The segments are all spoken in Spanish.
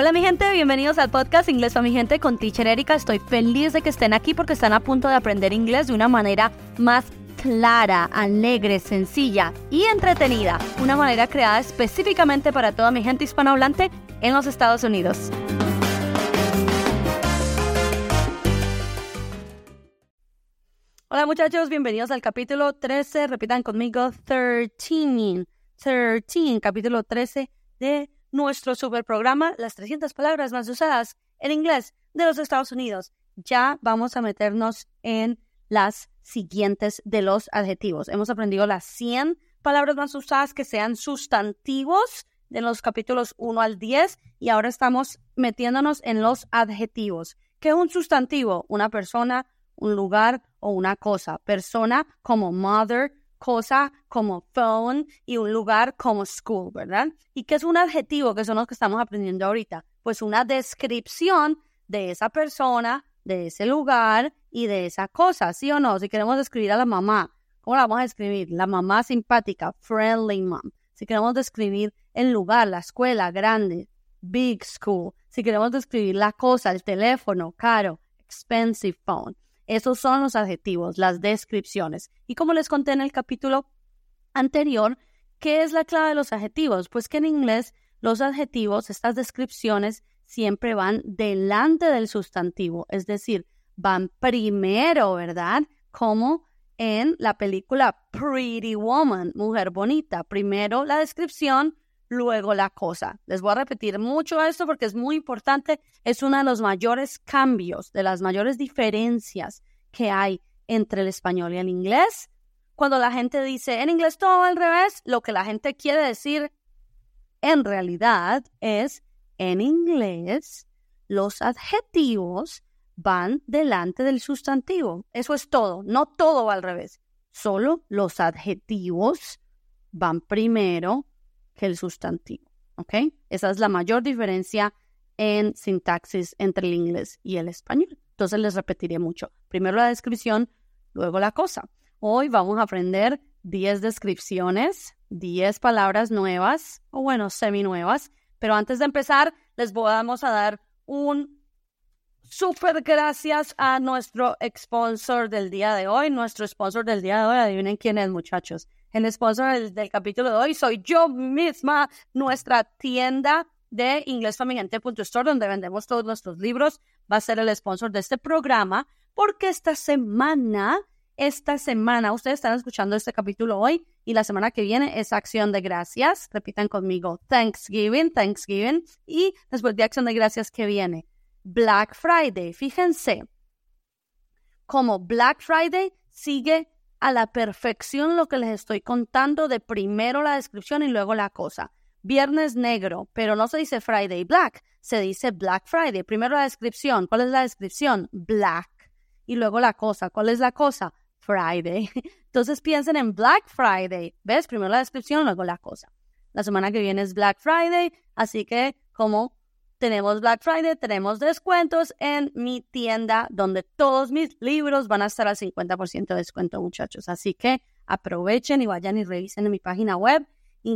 Hola mi gente, bienvenidos al podcast Inglés para mi gente con Teacher Erika. Estoy feliz de que estén aquí porque están a punto de aprender inglés de una manera más clara, alegre, sencilla y entretenida. Una manera creada específicamente para toda mi gente hispanohablante en los Estados Unidos. Hola muchachos, bienvenidos al capítulo 13. Repitan conmigo, 13, capítulo 13 de nuestro super programa, las 300 palabras más usadas en inglés de los Estados Unidos. Ya vamos a meternos en las siguientes de los adjetivos. Hemos aprendido las 100 palabras más usadas que sean sustantivos de los capítulos 1 al 10 y ahora estamos metiéndonos en los adjetivos. ¿Qué es un sustantivo? Una persona, un lugar o una cosa. Persona como mother, cosa como phone y un lugar como school, ¿verdad? ¿Y qué es un adjetivo? Que son los que estamos aprendiendo ahorita. Pues una descripción de esa persona, de ese lugar y de esa cosa, ¿sí o no? Si queremos describir a la mamá, ¿cómo la vamos a describir? La mamá simpática, friendly mom. Si queremos describir el lugar, la escuela grande, big school. Si queremos describir la cosa, el teléfono, caro, expensive phone. Esos son los adjetivos, las descripciones. Y como les conté en el capítulo anterior, ¿qué es la clave de los adjetivos? Pues que en inglés los adjetivos, estas descripciones, siempre van delante del sustantivo. Es decir, van primero, ¿verdad? Como en la película Pretty Woman, Mujer Bonita. Primero la descripción, luego la cosa. Les voy a repetir mucho esto porque es muy importante. Es uno de los mayores cambios, de las mayores diferencias que hay entre el español y el inglés. Cuando la gente dice en inglés todo al revés, lo que la gente quiere decir en realidad es en inglés los adjetivos van delante del sustantivo. Eso es todo, no todo va al revés. Solo los adjetivos van primero que el sustantivo, ¿ok? Esa es la mayor diferencia en sintaxis entre el inglés y el español. Entonces les repetiré mucho. Primero la descripción, luego la cosa. Hoy vamos a aprender 10 descripciones, 10 palabras nuevas, o bueno, semi-nuevas. Pero antes de empezar, vamos a dar un súper gracias a nuestro sponsor del día de hoy. Nuestro sponsor del día de hoy, adivinen quién es, muchachos. El sponsor del capítulo de hoy soy yo misma, nuestra tienda de inglesfamigente.store, donde vendemos todos nuestros libros. Va a ser el sponsor de este programa, porque esta semana, ustedes están escuchando este capítulo hoy, y la semana que viene es Acción de Gracias. Repitan conmigo, Thanksgiving, y después de Acción de Gracias, ¿qué viene? Black Friday. Fíjense, como Black Friday sigue a la perfección lo que les estoy contando de primero la descripción y luego la cosa. Viernes negro, pero no se dice Friday Black, se dice Black Friday. Primero la descripción. ¿Cuál es la descripción? Black. Y luego la cosa. ¿Cuál es la cosa? Friday. Entonces piensen en Black Friday. ¿Ves? Primero la descripción, luego la cosa. La semana que viene es Black Friday, así que como tenemos Black Friday, tenemos descuentos en mi tienda donde todos mis libros van a estar al 50% de descuento, muchachos. Así que aprovechen y vayan y revisen en mi página web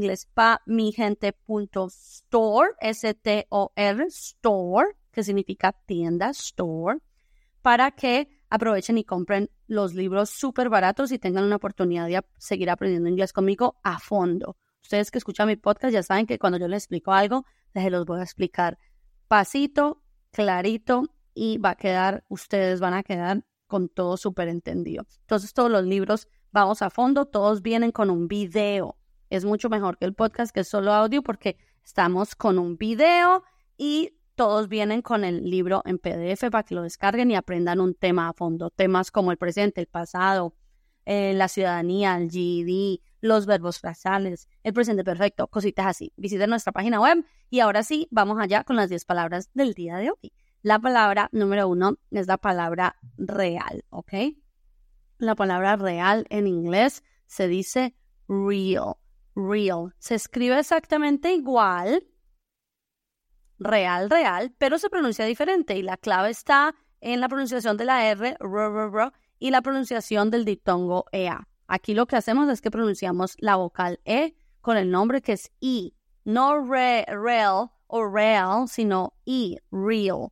inglespamigente.store, S-T-O-R, store, que significa tienda, store, para que aprovechen y compren los libros súper baratos y tengan una oportunidad de seguir aprendiendo inglés conmigo a fondo. Ustedes que escuchan mi podcast ya saben que cuando yo les explico algo, les los voy a explicar pasito, clarito, y ustedes van a quedar con todo súper entendido. Entonces todos los libros vamos a fondo, todos vienen con un video. Es mucho mejor que el podcast, que es solo audio, porque estamos con un video y todos vienen con el libro en PDF para que lo descarguen y aprendan un tema a fondo. Temas como el presente, el pasado, la ciudadanía, el GED, los verbos frasales, el presente perfecto, cositas así. Visiten nuestra página web y ahora sí, vamos allá con las 10 palabras del día de hoy. La palabra número 1 es la palabra real, ¿ok? La palabra real en inglés se dice real. Real. Se escribe exactamente igual, real, pero se pronuncia diferente y la clave está en la pronunciación de la R, y la pronunciación del diptongo EA. Aquí lo que hacemos es que pronunciamos la vocal E con el nombre que es I, no real o real, sino real,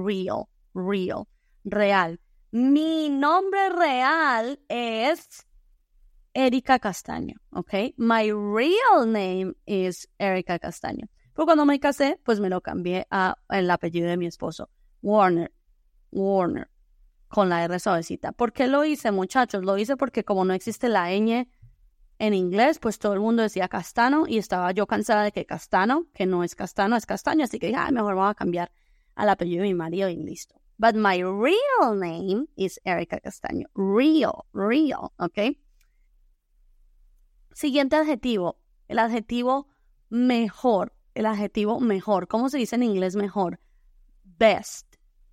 real. Mi nombre real es Erika Castaño, ¿ok? My real name is Erika Castaño. Pero cuando me casé, pues me lo cambié a el apellido de mi esposo, Warner, con la R suavecita. ¿Por qué lo hice, muchachos? Lo hice porque como no existe la ñ en inglés, pues todo el mundo decía Castano y estaba yo cansada de que Castano, que no es Castano, es Castaño, así que dije, mejor vamos a cambiar al apellido de mi marido y listo. But my real name is Erika Castaño. Real, ¿ok? Siguiente adjetivo, el adjetivo mejor. ¿Cómo se dice en inglés mejor? Best.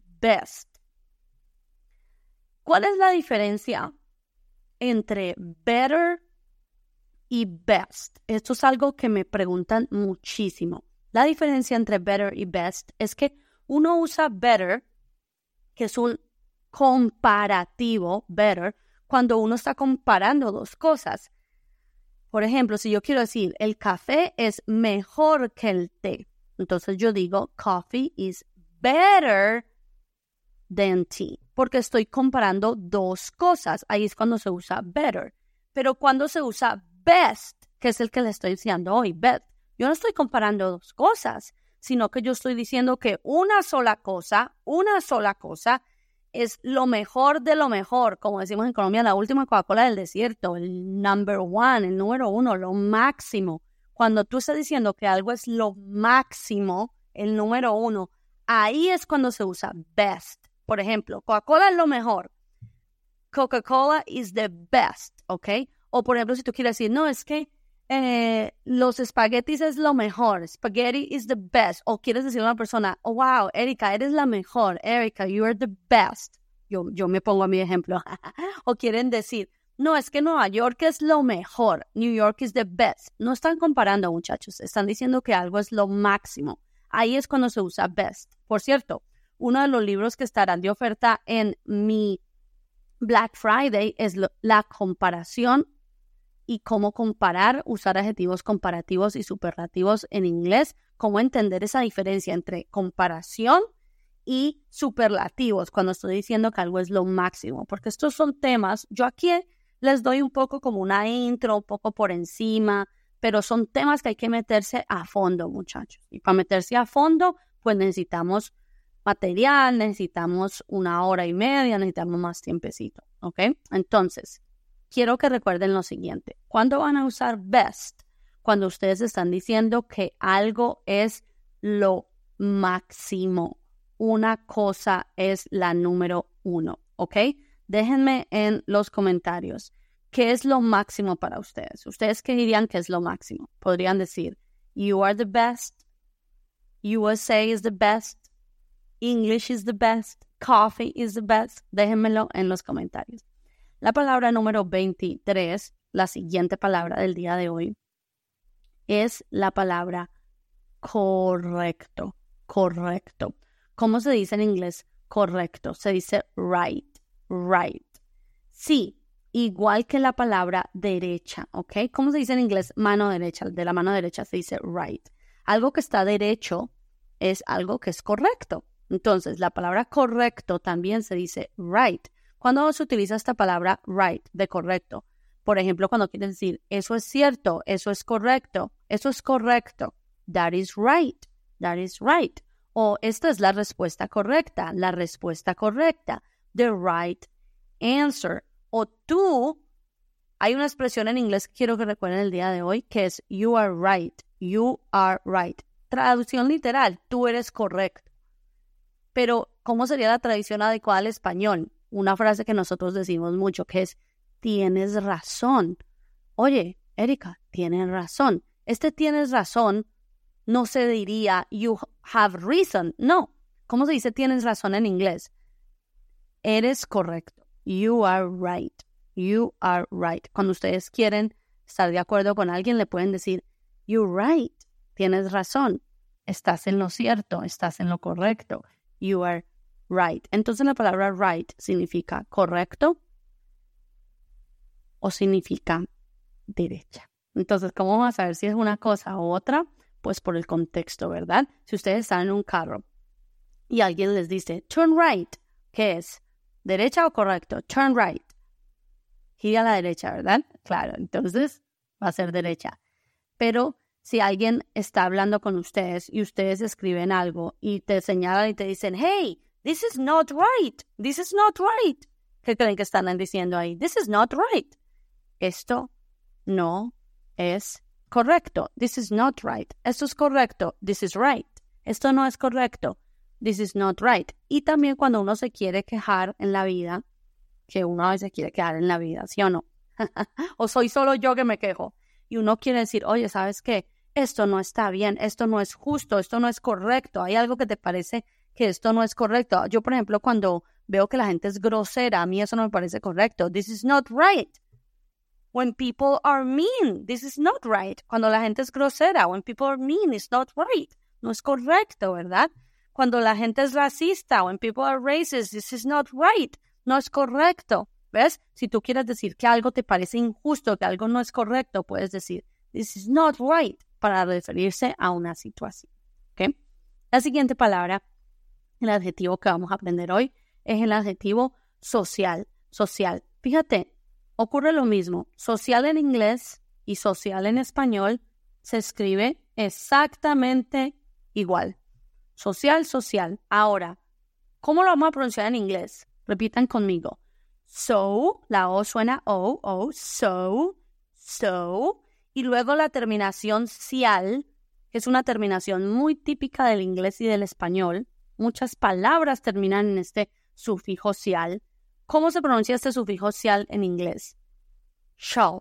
¿Cuál es la diferencia entre better y best? Esto es algo que me preguntan muchísimo. La diferencia entre better y best es que uno usa better, que es un comparativo, better, cuando uno está comparando dos cosas. Por ejemplo, si yo quiero decir el café es mejor que el té, entonces yo digo coffee is better than tea, porque estoy comparando dos cosas. Ahí es cuando se usa better. Pero cuando se usa best, que es el que le estoy diciendo hoy, best, yo no estoy comparando dos cosas, sino que yo estoy diciendo que una sola cosa es lo mejor de lo mejor, como decimos en Colombia, la última Coca-Cola del desierto, el number one, el número uno, lo máximo. Cuando tú estás diciendo que algo es lo máximo, el número uno, ahí es cuando se usa best. Por ejemplo, Coca-Cola es lo mejor. Coca-Cola is the best, ¿ok? O por ejemplo, si tú quieres decir, no, es que los espaguetis es lo mejor. Spaghetti is the best. O quieres decir a una persona, oh, wow, Erika, eres la mejor. Erika, you are the best. Yo me pongo a mi ejemplo. O quieren decir, no, es que Nueva York es lo mejor. New York is the best. No están comparando, muchachos. Están diciendo que algo es lo máximo. Ahí es cuando se usa best. Por cierto, uno de los libros que estarán de oferta en mi Black Friday es la comparación y cómo comparar, usar adjetivos comparativos y superlativos en inglés, cómo entender esa diferencia entre comparación y superlativos cuando estoy diciendo que algo es lo máximo, porque estos son temas, yo aquí les doy un poco como una intro, un poco por encima, pero son temas que hay que meterse a fondo, muchachos, y para meterse a fondo, pues necesitamos material, necesitamos 1 hora y media, necesitamos más tiempecito, ¿ok? Entonces, quiero que recuerden lo siguiente. ¿Cuándo van a usar best? Cuando ustedes están diciendo que algo es lo máximo. Una cosa es la número 1, ¿ok? Déjenme en los comentarios. ¿Qué es lo máximo para ustedes? ¿Ustedes qué dirían que es lo máximo? Podrían decir, you are the best. USA is the best. English is the best. Coffee is the best. Déjenmelo en los comentarios. La palabra número 23, la siguiente palabra del día de hoy, es la palabra correcto. ¿Cómo se dice en inglés correcto? Se dice right. Sí, igual que la palabra derecha, ¿ok? ¿Cómo se dice en inglés mano derecha? De la mano derecha se dice right. Algo que está derecho es algo que es correcto. Entonces, la palabra correcto también se dice right. ¿Cuándo se utiliza esta palabra right, de correcto? Por ejemplo, cuando quieres decir, eso es cierto, eso es correcto, eso es correcto. That is right. O esta es la respuesta correcta, the right answer. O tú, hay una expresión en inglés que quiero que recuerden el día de hoy, que es you are right. Traducción literal, tú eres correcto. Pero, ¿cómo sería la traducción adecuada al español? Una frase que nosotros decimos mucho, que es, tienes razón. Oye, Erika, tienes razón. Tienes razón no se diría you have reason. No. ¿Cómo se dice tienes razón en inglés? Eres correcto. You are right. Cuando ustedes quieren estar de acuerdo con alguien, le pueden decir, you're right. Tienes razón. Estás en lo cierto. Estás en lo correcto. You are right. Entonces la palabra right significa correcto o significa derecha. Entonces, ¿cómo vamos a saber si es una cosa u otra? Pues por el contexto, ¿verdad? Si ustedes están en un carro y alguien les dice, turn right, ¿qué es? ¿Derecha o correcto? Turn right. Gira a la derecha, ¿verdad? Claro, entonces va a ser derecha. Pero si alguien está hablando con ustedes y ustedes escriben algo y te señalan y te dicen, hey, this is not right, this is not right. ¿Qué creen que están diciendo ahí? This is not right. Esto no es correcto. This is not right. Esto es correcto. This is right. Esto no es correcto. This is not right. Y también cuando uno se quiere quejar en la vida, que uno a veces quiere quejar en la vida, ¿sí o no? O soy solo yo que me quejo. Y uno quiere decir, oye, ¿sabes qué? Esto no está bien, esto no es justo, esto no es correcto. Hay algo que te parece que esto no es correcto. Yo, por ejemplo, cuando veo que la gente es grosera, a mí eso no me parece correcto. This is not right. When people are mean, this is not right. Cuando la gente es grosera, when people are mean, it's not right. No es correcto, ¿verdad? Cuando la gente es racista, when people are racist, this is not right. No es correcto. ¿Ves? Si tú quieres decir que algo te parece injusto, que algo no es correcto, puedes decir, this is not right, para referirse a una situación. ¿Ok? La siguiente palabra, el adjetivo que vamos a aprender hoy, es el adjetivo social. Social. Fíjate, ocurre lo mismo. Social en inglés y social en español se escribe exactamente igual. Social, social. Ahora, ¿cómo lo vamos a pronunciar en inglés? Repitan conmigo. So, la O suena O, so. Y luego la terminación cial, que es una terminación muy típica del inglés y del español. Muchas palabras terminan en este sufijo cial. ¿Cómo se pronuncia este sufijo cial en inglés? Shall.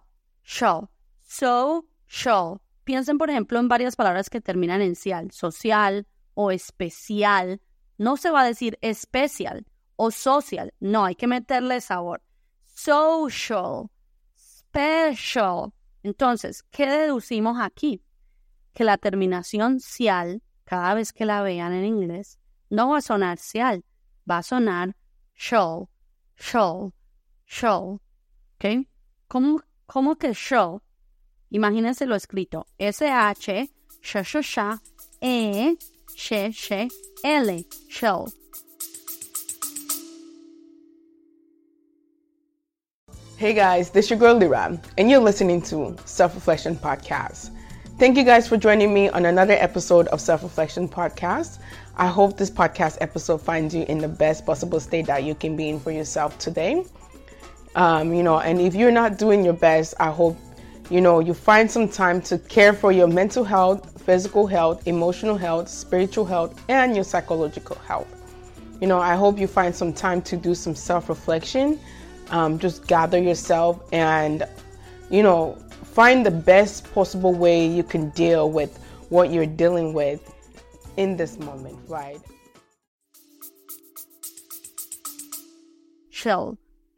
So, shall. Piensen, por ejemplo, en varias palabras que terminan en cial. Social o especial. No se va a decir especial o social. No, hay que meterle sabor. Social. Special. Entonces, ¿qué deducimos aquí? Que la terminación cial, cada vez que la vean en inglés, no va a sonar cial. Va a sonar shall. ¿Ok? ¿Cómo que shall? Imagínense lo escrito. S-H, sh, E, sh, L, shall. Hey guys, this is your girl Lira, and you're listening to Self-Reflection Podcast. Thank you guys for joining me on another episode of Self-Reflection Podcast. I hope this podcast episode finds you in the best possible state that you can be in for yourself today. And if you're not doing your best, I hope, you find some time to care for your mental health, physical health, emotional health, spiritual health, and your psychological health. I hope you find some time to do some self-reflection. Just gather yourself and, find the best possible way you can deal with what you're dealing with in this moment, right? Shall.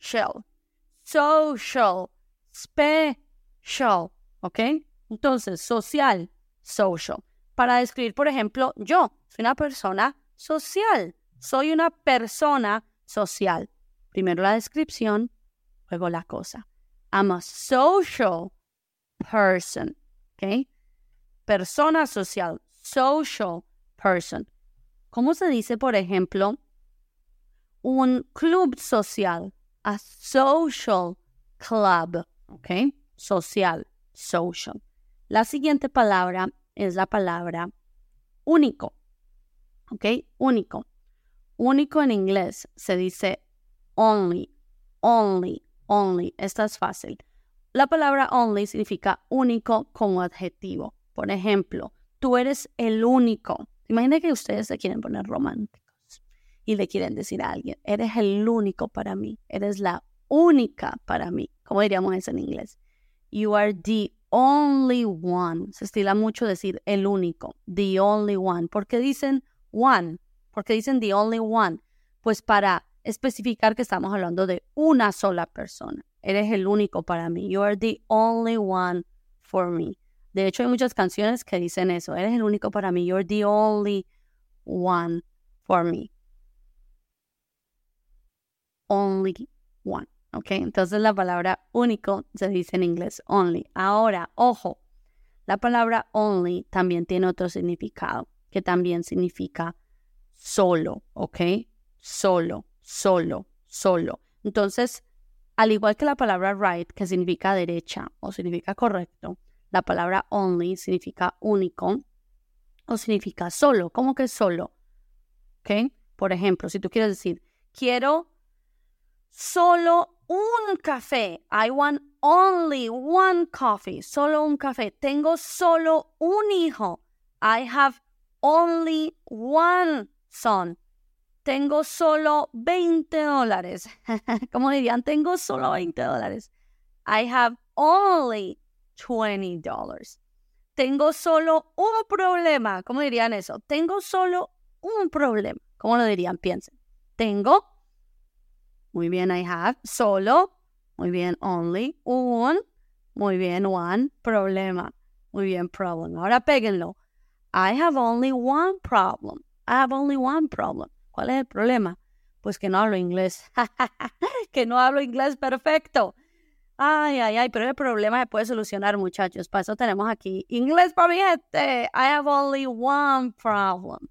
Social. Special. ¿Ok? Entonces, social. Social. Para describir, por ejemplo, yo soy una persona social. Soy una persona social. Primero la descripción, luego la cosa. I'm a social person. ¿Ok? Persona social. Social person. ¿Cómo se dice, por ejemplo, un club social? A social club. ¿Ok? Social. Social. La siguiente palabra es la palabra único. ¿Ok? Único. Único en inglés se dice only. Esta es fácil. La palabra only significa único como adjetivo. Por ejemplo, tú eres el único. Imagina que ustedes se quieren poner románticos y le quieren decir a alguien, eres el único para mí. Eres la única para mí. ¿Cómo diríamos eso en inglés? You are the only one. Se estila mucho decir el único. The only one. ¿Por qué dicen one? ¿Por qué dicen the only one? Pues para especificar que estamos hablando de una sola persona. Eres el único para mí. You are the only one for me. De hecho, hay muchas canciones que dicen eso. Eres el único para mí. You're the only one for me. Only one. ¿Ok? Entonces la palabra único se dice en inglés only. Ahora, ojo. La palabra only también tiene otro significado, que también significa solo, ¿ok? Solo, solo, solo. Entonces, al igual que la palabra right, que significa derecha o significa correcto, la palabra only significa único o significa solo. ¿Cómo que solo? ¿Ok? Por ejemplo, si tú quieres decir, quiero solo un café. I want only one coffee. Solo un café. Tengo solo un hijo. I have only one son. Tengo solo $20. ¿Cómo dirían? Tengo solo $20. I have only $20. Tengo solo un problema. ¿Cómo dirían eso? Tengo solo un problema. ¿Cómo lo dirían? Piensen. Tengo. Muy bien, I have. Solo. Muy bien, only. Un. Muy bien, one. Problema. Muy bien, problem. Ahora péguenlo. I have only one problem. I have only one problem. ¿Cuál es el problema? Pues que no hablo inglés. Que no hablo inglés perfecto. Ay, pero el problema se puede solucionar, muchachos. Para eso tenemos aquí inglés para mi gente. I have only one problem.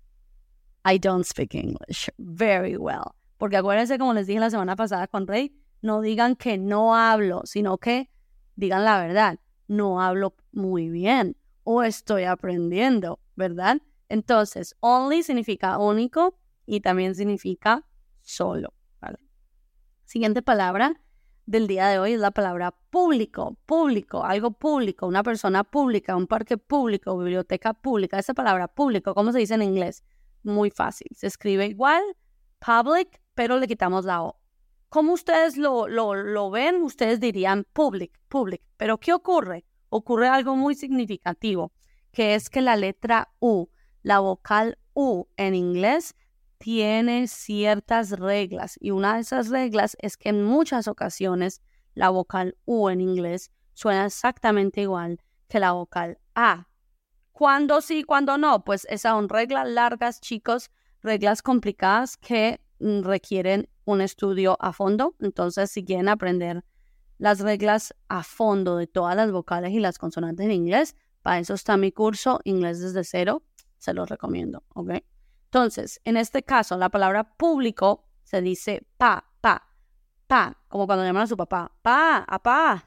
I don't speak English very well. Porque acuérdense, como les dije la semana pasada con Rey, no digan que no hablo, sino que digan la verdad. No hablo muy bien o estoy aprendiendo, ¿verdad? Entonces, only significa único y también significa solo, ¿vale? Siguiente palabra del día de hoy es la palabra público, público, algo público, una persona pública, un parque público, biblioteca pública. Esa palabra público, ¿cómo se dice en inglés? Muy fácil, se escribe igual, public, pero le quitamos la O. ¿Cómo ustedes lo ven? Ustedes dirían public, public. ¿Pero qué ocurre? Ocurre algo muy significativo, que es que la letra U, la vocal U en inglés, tiene ciertas reglas y una de esas reglas es que en muchas ocasiones la vocal U en inglés suena exactamente igual que la vocal A. ¿Cuándo sí, cuándo no? Pues esas son reglas largas, chicos, reglas complicadas que requieren un estudio a fondo. Entonces, si quieren aprender las reglas a fondo de todas las vocales y las consonantes en inglés, para eso está mi curso Inglés desde cero, se los recomiendo, ¿ok? Entonces, en este caso, la palabra público se dice pa, como cuando llaman a su papá, apá,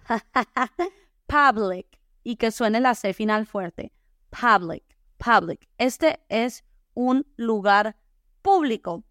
public, y que suene la C final fuerte, public. Este es un lugar público.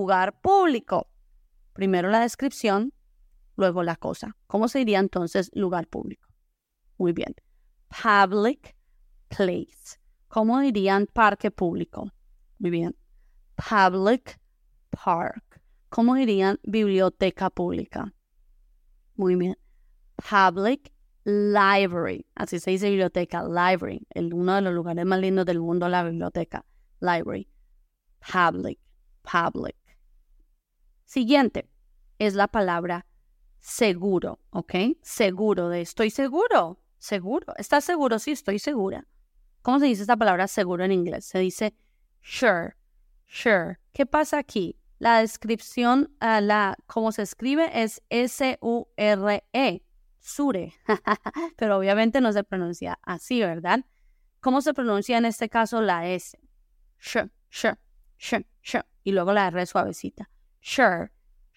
Primero la descripción, luego la cosa. ¿Cómo se diría entonces lugar público? Muy bien. Public place. ¿Cómo dirían parque público? Muy bien. Public park. ¿Cómo dirían biblioteca pública? Muy bien. Public library. Así se dice biblioteca, library. Uno de los lugares más lindos del mundo, la biblioteca. Library. Public. Siguiente es la palabra seguro, ¿ok? Seguro, de estoy seguro. Seguro. ¿Estás seguro? Sí, estoy segura. ¿Cómo se dice esta palabra seguro en inglés? Se dice sure. ¿Qué pasa aquí? La descripción, cómo se escribe es S-U-R-E. Sure. Pero obviamente no se pronuncia así, ¿verdad? ¿Cómo se pronuncia en este caso la S? Sure. Y luego la R suavecita. Sure.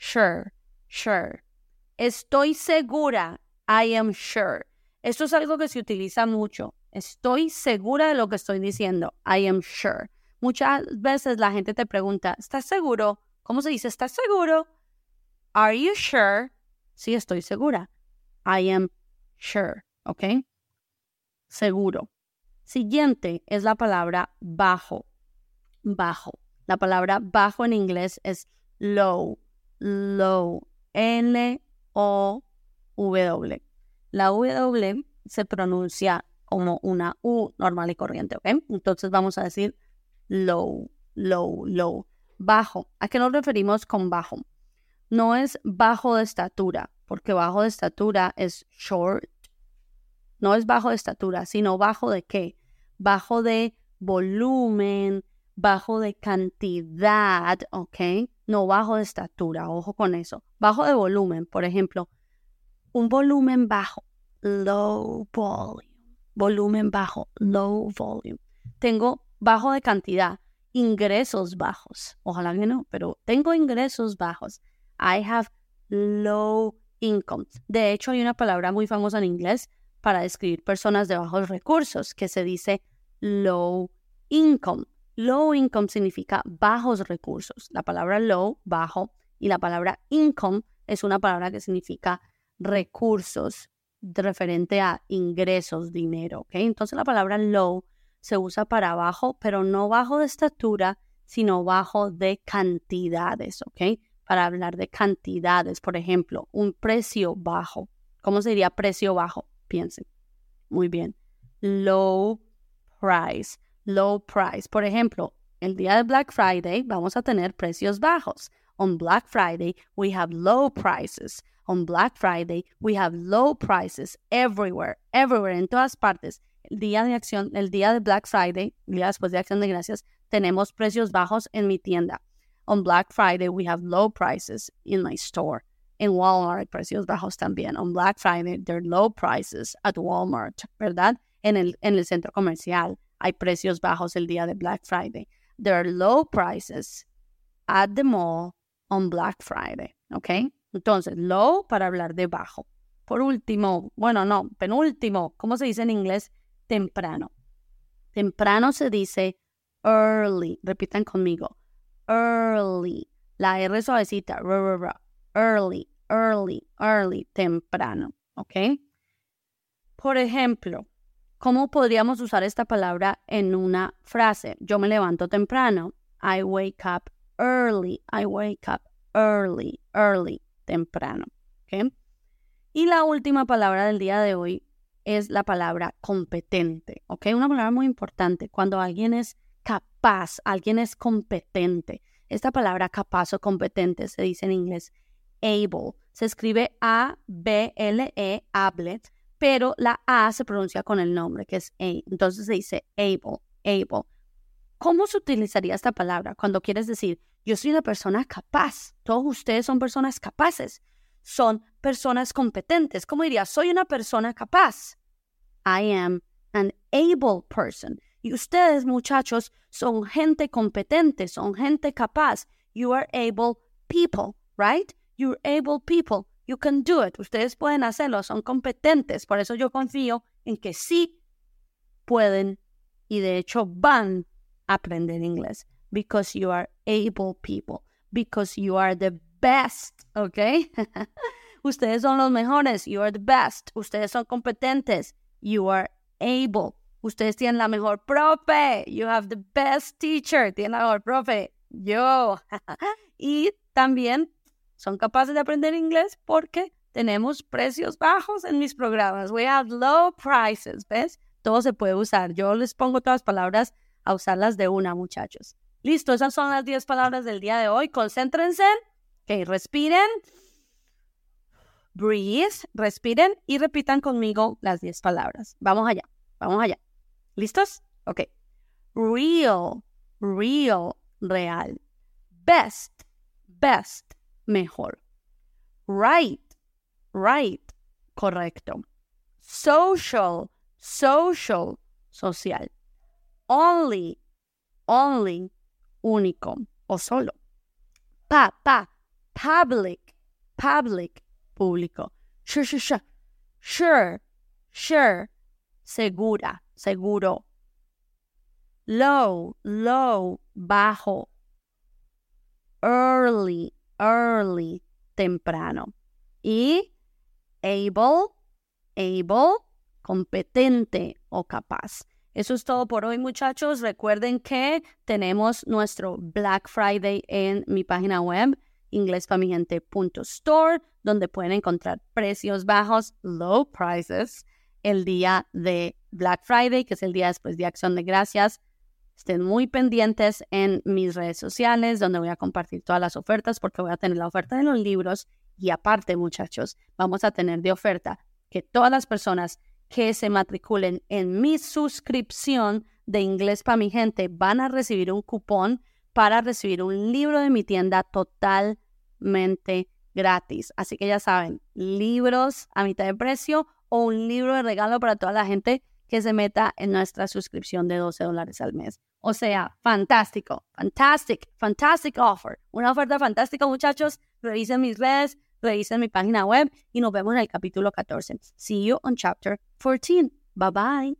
Estoy segura. I am sure. Esto es algo que se utiliza mucho. Estoy segura de lo que estoy diciendo. I am sure. Muchas veces la gente te pregunta, ¿estás seguro? ¿Cómo se dice? ¿Estás seguro? Are you sure? Sí, estoy segura. I am sure. ¿Ok? Seguro. Siguiente es la palabra bajo. La palabra bajo en inglés es low. L-O-W. La W se pronuncia como una U normal y corriente, ¿ok? Entonces vamos a decir low. Bajo. ¿A qué nos referimos con bajo? No es bajo de estatura, porque bajo de estatura es short. No es bajo de estatura, sino bajo de ¿qué? Bajo de volumen, bajo de cantidad, ¿ok? No bajo de estatura, ojo con eso. Bajo de volumen, por ejemplo, un volumen bajo, low volume. volumen bajo, low volume. Tengo bajo de cantidad, ingresos bajos. Ojalá que no, pero tengo ingresos bajos. I have low income. De hecho, hay una palabra muy famosa en inglés para describir personas de bajos recursos que se dice low income. Low income significa bajos recursos. La palabra low, bajo, y la palabra income es una palabra que significa recursos, referente a ingresos, dinero, ¿ok? Entonces la palabra low se usa para bajo, pero no bajo de estatura, sino bajo de cantidades, ¿ok? Para hablar de cantidades, por ejemplo, un precio bajo. ¿Cómo sería precio bajo? Piensen. Muy bien. Low price. Low price. Por ejemplo, el día de Black Friday vamos a tener precios bajos. On Black Friday, we have low prices. On Black Friday, we have low prices everywhere, en todas partes. El día de Black Friday, el día después de Acción de Gracias, tenemos precios bajos en mi tienda. On Black Friday, we have low prices in my store. En Walmart, precios bajos también. On Black Friday, there are low prices at Walmart, ¿verdad? En el centro comercial hay precios bajos el día de Black Friday. There are low prices at the mall on Black Friday, ¿ok? Entonces, low para hablar de bajo. Por último, penúltimo, ¿cómo se dice en inglés? Temprano. Temprano se dice early. Repitan conmigo. Early. La R suavecita. Early, temprano. ¿Ok? Por ejemplo, ¿cómo podríamos usar esta palabra en una frase? Yo me levanto temprano. I wake up early. I wake up early. Temprano. ¿Ok? Y la última palabra del día de hoy es la palabra competente. ¿Ok? Una palabra muy importante. Cuando alguien es capaz, alguien es competente. Esta palabra capaz o competente se dice en inglés able. Se escribe A-B-L-E, able, pero la A se pronuncia con el nombre, que es A. Entonces se dice able. ¿Cómo se utilizaría esta palabra cuando quieres decir, yo soy una persona capaz? Todos ustedes son personas capaces. Son personas competentes. ¿Cómo diría? Soy una persona capaz. I am an able person. Y ustedes, muchachos, son gente competente, son gente capaz. You are able people, right? You're able people. You can do it. Ustedes pueden hacerlo, son competentes. Por eso yo confío en que sí pueden y de hecho van a aprender inglés. Because you are able people. Because you are the best, ¿ok? Ustedes son los mejores. You are the best. Ustedes son competentes. You are able. Ustedes tienen la mejor profe. You have the best teacher. Tienen la mejor profe. Yo. Y también son capaces de aprender inglés porque tenemos precios bajos en mis programas. We have low prices. ¿Ves? Todo se puede usar. Yo les pongo todas las palabras a usarlas de una, muchachos. Listo, esas son las 10 palabras del día de hoy. Concéntrense. Ok, respiren. Breathe. Respiren y repitan conmigo las 10 palabras. Vamos allá. ¿Listos? Ok. Real, real. Best, mejor. Right, correcto. Social, social. Only, único o solo. Public, público. Sure, segura, seguro. Low, bajo. Early, temprano. Y able, competente o capaz. Eso es todo por hoy, muchachos. Recuerden que tenemos nuestro Black Friday en mi página web, inglespamigente.store, donde pueden encontrar precios bajos, low prices, el día de Black Friday, que es el día después de Acción de Gracias. Estén muy pendientes en mis redes sociales, donde voy a compartir todas las ofertas, porque voy a tener la oferta de los libros. Y aparte, muchachos, vamos a tener de oferta que todas las personas que se matriculen en mi suscripción de Inglés para mi Gente van a recibir un cupón para recibir un libro de mi tienda totalmente gratis. Así que ya saben, libros a mitad de precio o un libro de regalo para toda la gente que se meta en nuestra suscripción de $12 al mes. O sea, fantastic offer. Una oferta fantástica, muchachos. Revisen mis redes, revisen mi página web y nos vemos en el capítulo 14. See you on chapter 14. Bye bye.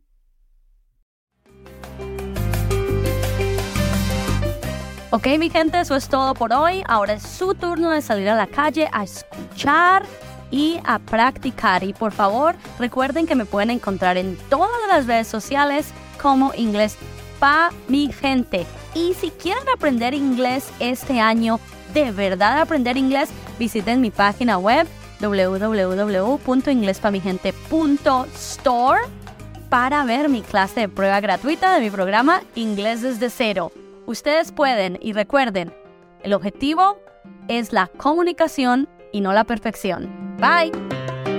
Ok, mi gente, eso es todo por hoy. Ahora es su turno de salir a la calle a escuchar y a practicar. Y por favor, recuerden que me pueden encontrar en todas las redes sociales como Inglés Pa' Mi Gente. Y si quieren aprender inglés este año, de verdad aprender inglés, visiten mi página web www.inglespamigente.store para ver mi clase de prueba gratuita de mi programa Inglés desde cero. Ustedes pueden, y recuerden, el objetivo es la comunicación y no la perfección. Bye.